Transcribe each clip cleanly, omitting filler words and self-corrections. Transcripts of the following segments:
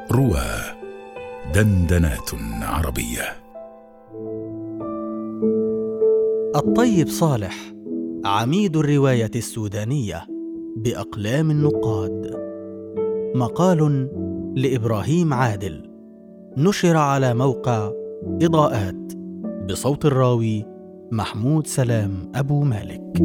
روى دندنات عربية. الطيب صالح عميد الرواية السودانية بأقلام النقاد. مقال لإبراهيم عادل، نشر على موقع إضاءات بصوت الراوي محمود سلام أبو مالك.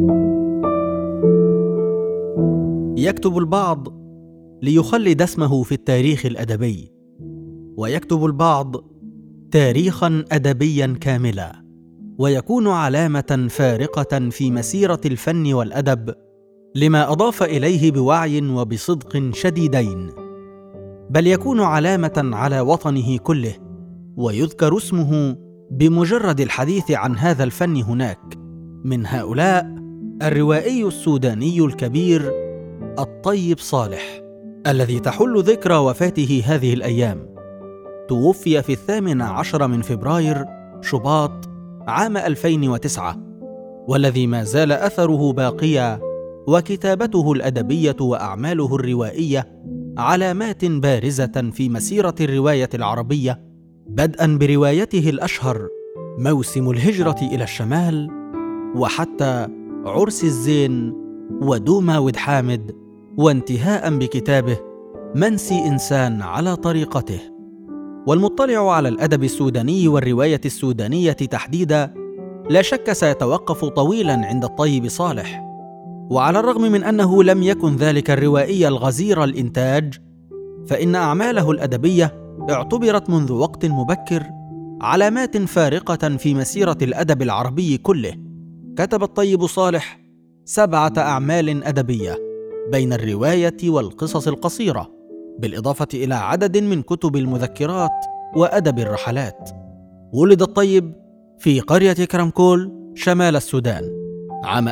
يكتب البعض ليخلد اسمه في التاريخ الأدبي، ويكتب البعض تاريخاً أدبياً كاملاً، ويكون علامة فارقة في مسيرة الفن والأدب لما أضاف إليه بوعي وبصدق شديدين، بل يكون علامة على وطنه كله، ويذكر اسمه بمجرد الحديث عن هذا الفن هناك. من هؤلاء الروائي السوداني الكبير الطيب صالح، الذي تحل ذكرى وفاته هذه الأيام. توفي في 18 من فبراير شباط عام 2009، والذي ما زال أثره باقيا، وكتابته الأدبية وأعماله الروائية علامات بارزة في مسيرة الرواية العربية، بدءا بروايته الأشهر موسم الهجرة إلى الشمال، وحتى عرس الزين ودوما ود حامد، وانتهاء بكتابه منسي إنسان على طريقته. والمطلع على الأدب السوداني والرواية السودانية تحديدا لا شك سيتوقف طويلا عند الطيب صالح. وعلى الرغم من أنه لم يكن ذلك الروائي الغزير الإنتاج، فإن أعماله الأدبية اعتبرت منذ وقت مبكر علامات فارقة في مسيرة الأدب العربي كله. كتب الطيب صالح 7 أعمال أدبية بين الرواية والقصص القصيرة، بالإضافة إلى عدد من كتب المذكرات وأدب الرحلات. ولد الطيب في قرية كرمكول شمال السودان عام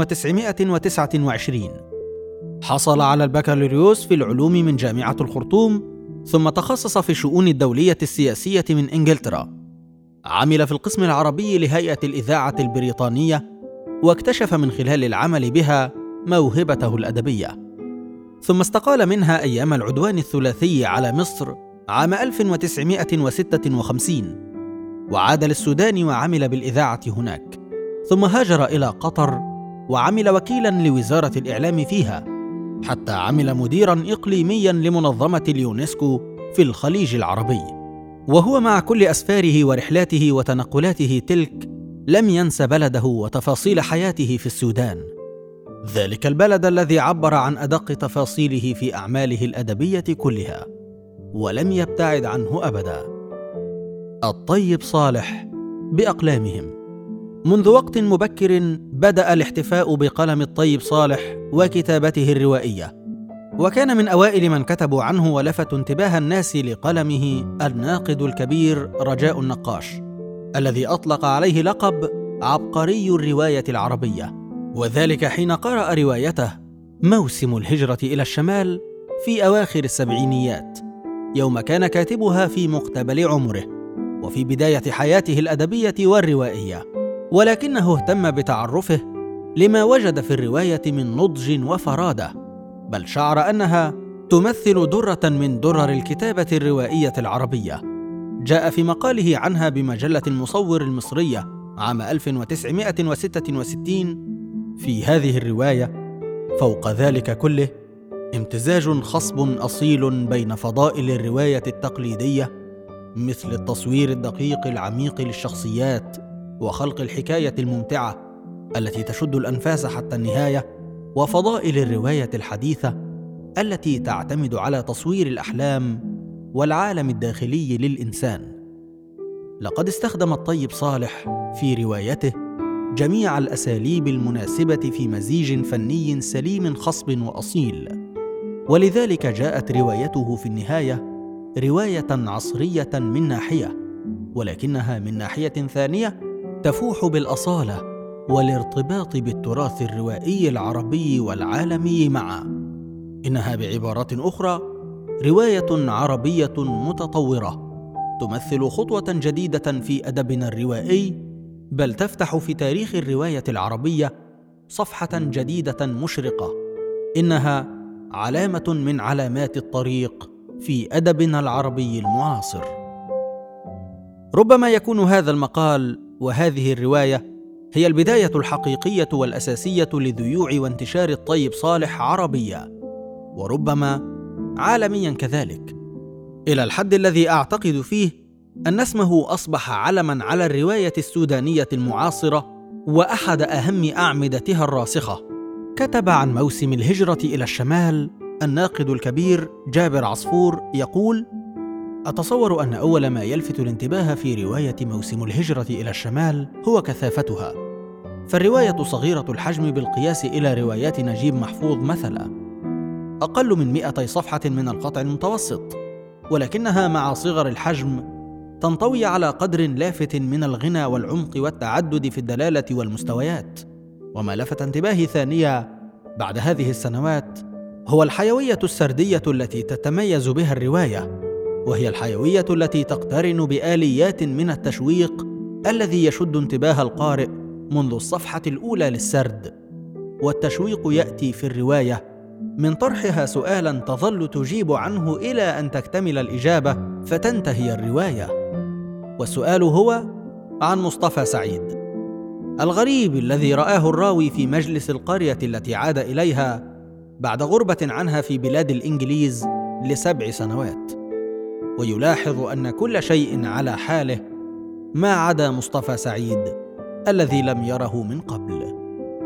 1929. حصل على البكالوريوس في العلوم من جامعة الخرطوم، ثم تخصص في الشؤون الدولية السياسية من إنجلترا. عمل في القسم العربي لهيئة الإذاعة البريطانية، واكتشف من خلال العمل بها موهبته الأدبية، ثم استقال منها أيام العدوان الثلاثي على مصر عام 1956، وعاد للسودان وعمل بالإذاعة هناك، ثم هاجر إلى قطر وعمل وكيلاً لوزارة الإعلام فيها، حتى عمل مديراً إقليمياً لمنظمة اليونسكو في الخليج العربي. وهو مع كل أسفاره ورحلاته وتنقلاته تلك لم ينس بلده وتفاصيل حياته في السودان، ذلك البلد الذي عبر عن أدق تفاصيله في أعماله الأدبية كلها، ولم يبتعد عنه أبدا. الطيب صالح بأقلامهم. منذ وقت مبكر بدأ الاحتفاء بقلم الطيب صالح وكتابته الروائية، وكان من أوائل من كتبوا عنه ولفتوا انتباه الناس لقلمه الناقد الكبير رجاء النقاش، الذي أطلق عليه لقب عبقري الرواية العربية، وذلك حين قرأ روايته موسم الهجرة إلى الشمال في أواخر السبعينيات، يوم كان كاتبها في مقتبل عمره وفي بداية حياته الأدبية والروائية، ولكنه اهتم بتعرفه لما وجد في الرواية من نضج وفرادة، بل شعر أنها تمثل درة من درر الكتابة الروائية العربية. جاء في مقاله عنها بمجلة المصور المصرية عام 1966 في هذه الرواية: فوق ذلك كله امتزاج خصب أصيل بين فضائل الرواية التقليدية مثل التصوير الدقيق العميق للشخصيات وخلق الحكاية الممتعة التي تشد الأنفاس حتى النهاية، وفضائل الرواية الحديثة التي تعتمد على تصوير الأحلام والعالم الداخلي للإنسان. لقد استخدم الطيب صالح في روايته جميع الأساليب المناسبة في مزيج فني سليم خصب وأصيل، ولذلك جاءت روايته في النهاية رواية عصرية من ناحية، ولكنها من ناحية ثانية تفوح بالأصالة والارتباط بالتراث الروائي العربي والعالمي معا. إنها بعبارات أخرى رواية عربية متطورة تمثل خطوة جديدة في أدبنا الروائي، بل تفتح في تاريخ الرواية العربية صفحة جديدة مشرقة. إنها علامة من علامات الطريق في أدبنا العربي المعاصر. ربما يكون هذا المقال وهذه الرواية هي البداية الحقيقية والأساسية لذيوع وانتشار الطيب صالح عربيا، وربما عالميا كذلك، إلى الحد الذي أعتقد فيه أن اسمه أصبح علما على الرواية السودانية المعاصرة وأحد أهم أعمدتها الراسخة. كتب عن موسم الهجرة إلى الشمال الناقد الكبير جابر عصفور يقول: أتصور أن أول ما يلفت الانتباه في رواية موسم الهجرة إلى الشمال هو كثافتها، فالرواية صغيرة الحجم بالقياس إلى روايات نجيب محفوظ مثلا، أقل من 200 صفحة من القطع المتوسط، ولكنها مع صغر الحجم تنطوي على قدر لافت من الغنى والعمق والتعدد في الدلالة والمستويات. وما لفت انتباهي ثانية بعد هذه السنوات هو الحيوية السردية التي تتميز بها الرواية، وهي الحيوية التي تقترن بآليات من التشويق الذي يشد انتباه القارئ منذ الصفحة الأولى للسرد. والتشويق يأتي في الرواية من طرحها سؤالا تظل تجيب عنه إلى أن تكتمل الإجابة فتنتهي الرواية، والسؤال هو عن مصطفى سعيد الغريب الذي رآه الراوي في مجلس القرية التي عاد إليها بعد غربة عنها في بلاد الإنجليز ل7 سنوات، ويلاحظ أن كل شيء على حاله ما عدا مصطفى سعيد الذي لم يره من قبل.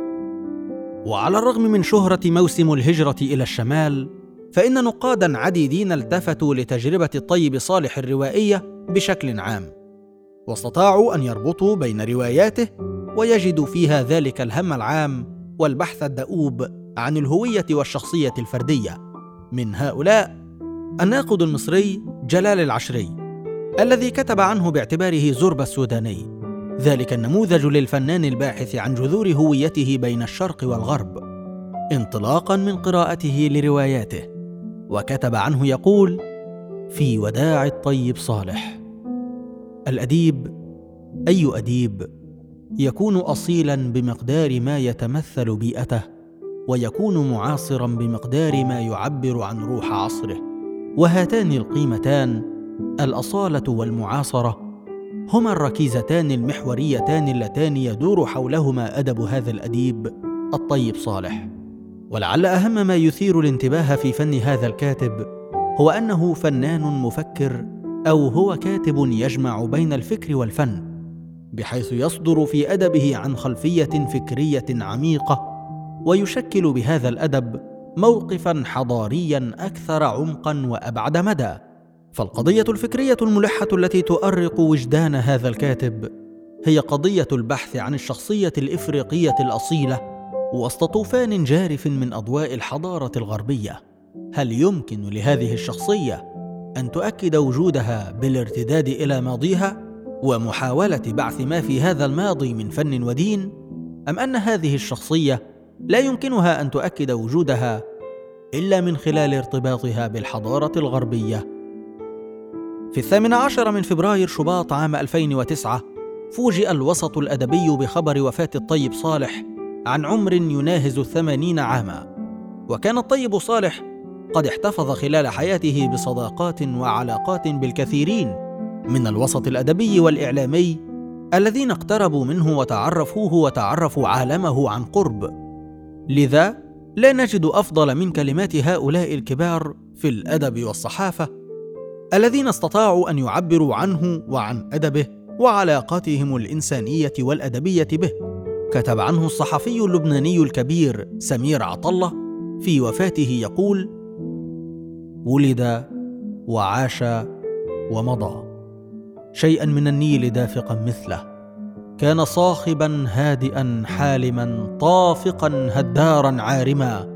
وعلى الرغم من شهرة موسم الهجرة إلى الشمال، فإن نقاداً عديدين التفتوا لتجربة الطيب صالح الروائية بشكل عام، واستطاعوا أن يربطوا بين رواياته ويجدوا فيها ذلك الهم العام والبحث الدؤوب عن الهوية والشخصية الفردية. من هؤلاء الناقد المصري جلال العشري الذي كتب عنه باعتباره زرب السوداني، ذلك النموذج للفنان الباحث عن جذور هويته بين الشرق والغرب، انطلاقاً من قراءته لرواياته. وكتب عنه يقول في وداع الطيب صالح: الأديب، أي أديب، يكون أصيلاً بمقدار ما يتمثل بيئته، ويكون معاصراً بمقدار ما يعبر عن روح عصره، وهاتان القيمتان الأصالة والمعاصرة هما الركيزتان المحوريتان اللتان يدور حولهما أدب هذا الأديب الطيب صالح. ولعل أهم ما يثير الانتباه في فن هذا الكاتب هو أنه فنان مفكر، أو هو كاتب يجمع بين الفكر والفن، بحيث يصدر في أدبه عن خلفية فكرية عميقة، ويشكل بهذا الأدب موقفاً حضارياً أكثر عمقاً وأبعد مدى. فالقضية الفكرية الملحة التي تؤرق وجدان هذا الكاتب هي قضية البحث عن الشخصية الإفريقية الأصيلة وسط طوفان جارف من أضواء الحضارة الغربية. هل يمكن لهذه الشخصية أن تؤكد وجودها بالارتداد إلى ماضيها ومحاولة بعث ما في هذا الماضي من فن ودين، أم أن هذه الشخصية لا يمكنها أن تؤكد وجودها إلا من خلال ارتباطها بالحضارة الغربية؟ في 18 من فبراير شباط عام 2009 فوجئ الوسط الأدبي بخبر وفاة الطيب صالح عن عمر يناهز 80 عاما. وكان الطيب صالح قد احتفظ خلال حياته بصداقات وعلاقات بالكثيرين من الوسط الأدبي والإعلامي الذين اقتربوا منه وتعرفوه وتعرفوا عالمه عن قرب. لذا لا نجد أفضل من كلمات هؤلاء الكبار في الأدب والصحافة الذين استطاعوا أن يعبروا عنه وعن أدبه وعلاقاتهم الإنسانية والأدبية به. كتب عنه الصحفي اللبناني الكبير سمير عطلة في وفاته يقول: ولد وعاش ومضى شيئا من النيل دافقا مثله، كان صاخبا هادئا حالما طافقا هدارا عارما،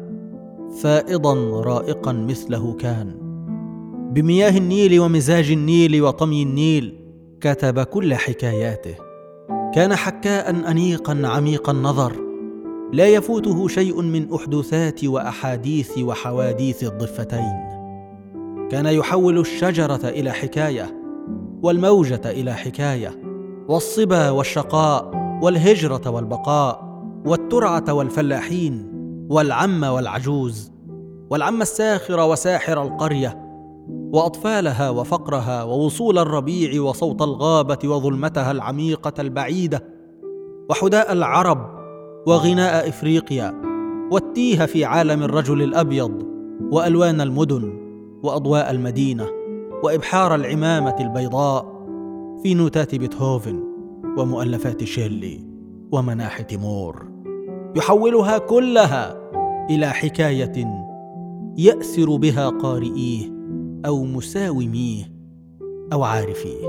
فائضا رائقا مثله كان، بمياه النيل ومزاج النيل وطمي النيل كتب كل حكاياته. كان حكاء أنيقا عميق النظر، لا يفوته شيء من أحداثات وأحاديث وحواديث الضفتين. كان يحول الشجرة إلى حكاية، والموجة إلى حكاية، والصبا والشقاء، والهجرة والبقاء، والترعة والفلاحين، والعم والعجوز، والعم الساخر وساحر القرية، وأطفالها وفقرها ووصول الربيع وصوت الغابة وظلمتها العميقة البعيدة وحداء العرب وغناء إفريقيا والتيه في عالم الرجل الأبيض وألوان المدن وأضواء المدينة وإبحار العمامة البيضاء في نوتات بيتهوفن ومؤلفات شيلي ومناحة مور، يحولها كلها إلى حكاية يأسر بها قارئيه أو مساوميه أو عارفيه.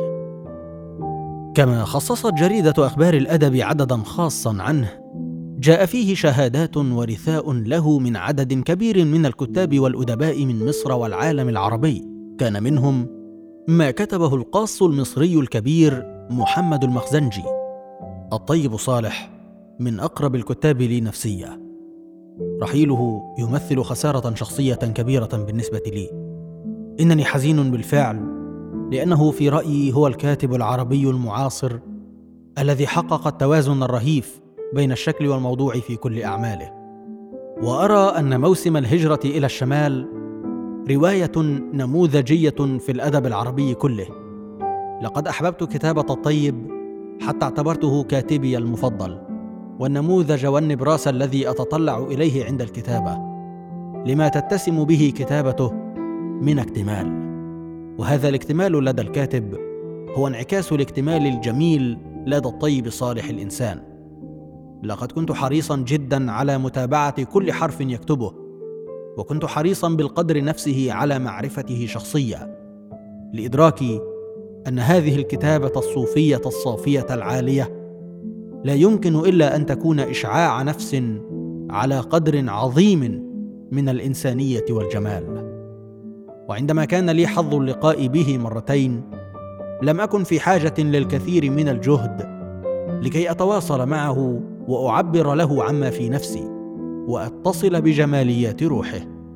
كما خصصت جريدة أخبار الأدب عدداً خاصاً عنه جاء فيه شهادات ورثاء له من عدد كبير من الكتاب والأدباء من مصر والعالم العربي، كان منهم ما كتبه القاص المصري الكبير محمد المخزنجي. الطيب صالح من أقرب الكتاب لي نفسيا، رحيله يمثل خسارة شخصية كبيرة بالنسبة لي. إنني حزين بالفعل، لأنه في رأيي هو الكاتب العربي المعاصر الذي حقق التوازن الرهيف بين الشكل والموضوع في كل أعماله. وأرى أن موسم الهجرة إلى الشمال رواية نموذجية في الأدب العربي كله. لقد أحببت كتابة الطيب حتى اعتبرته كاتبي المفضل والنموذج والنبراس الذي أتطلع إليه عند الكتابة، لما تتسم به كتابته من اكتمال. وهذا الاكتمال لدى الكاتب هو انعكاس الاكتمال الجميل لدى الطيب صالح الإنسان. لقد كنت حريصا جدا على متابعة كل حرف يكتبه، وكنت حريصا بالقدر نفسه على معرفته شخصية، لإدراكي أن هذه الكتابة الصوفية الصافية العالية لا يمكن إلا أن تكون إشعاع نفس على قدر عظيم من الإنسانية والجمال. وعندما كان لي حظ اللقاء به مرتين، لم أكن في حاجة للكثير من الجهد لكي أتواصل معه وأعبر له عما في نفسي وأتصل بجماليات روحه.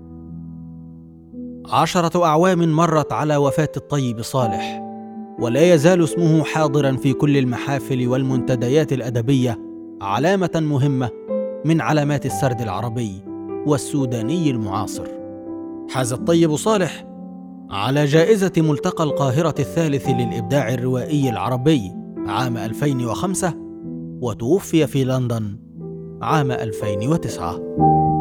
10 أعوام مرت على وفاة الطيب صالح، ولا يزال اسمه حاضرا في كل المحافل والمنتديات الأدبية، علامة مهمة من علامات السرد العربي والسوداني المعاصر. حاز الطيب صالح على جائزة ملتقى القاهرة الثالث للإبداع الروائي العربي عام 2005، وتوفي في لندن عام 2009.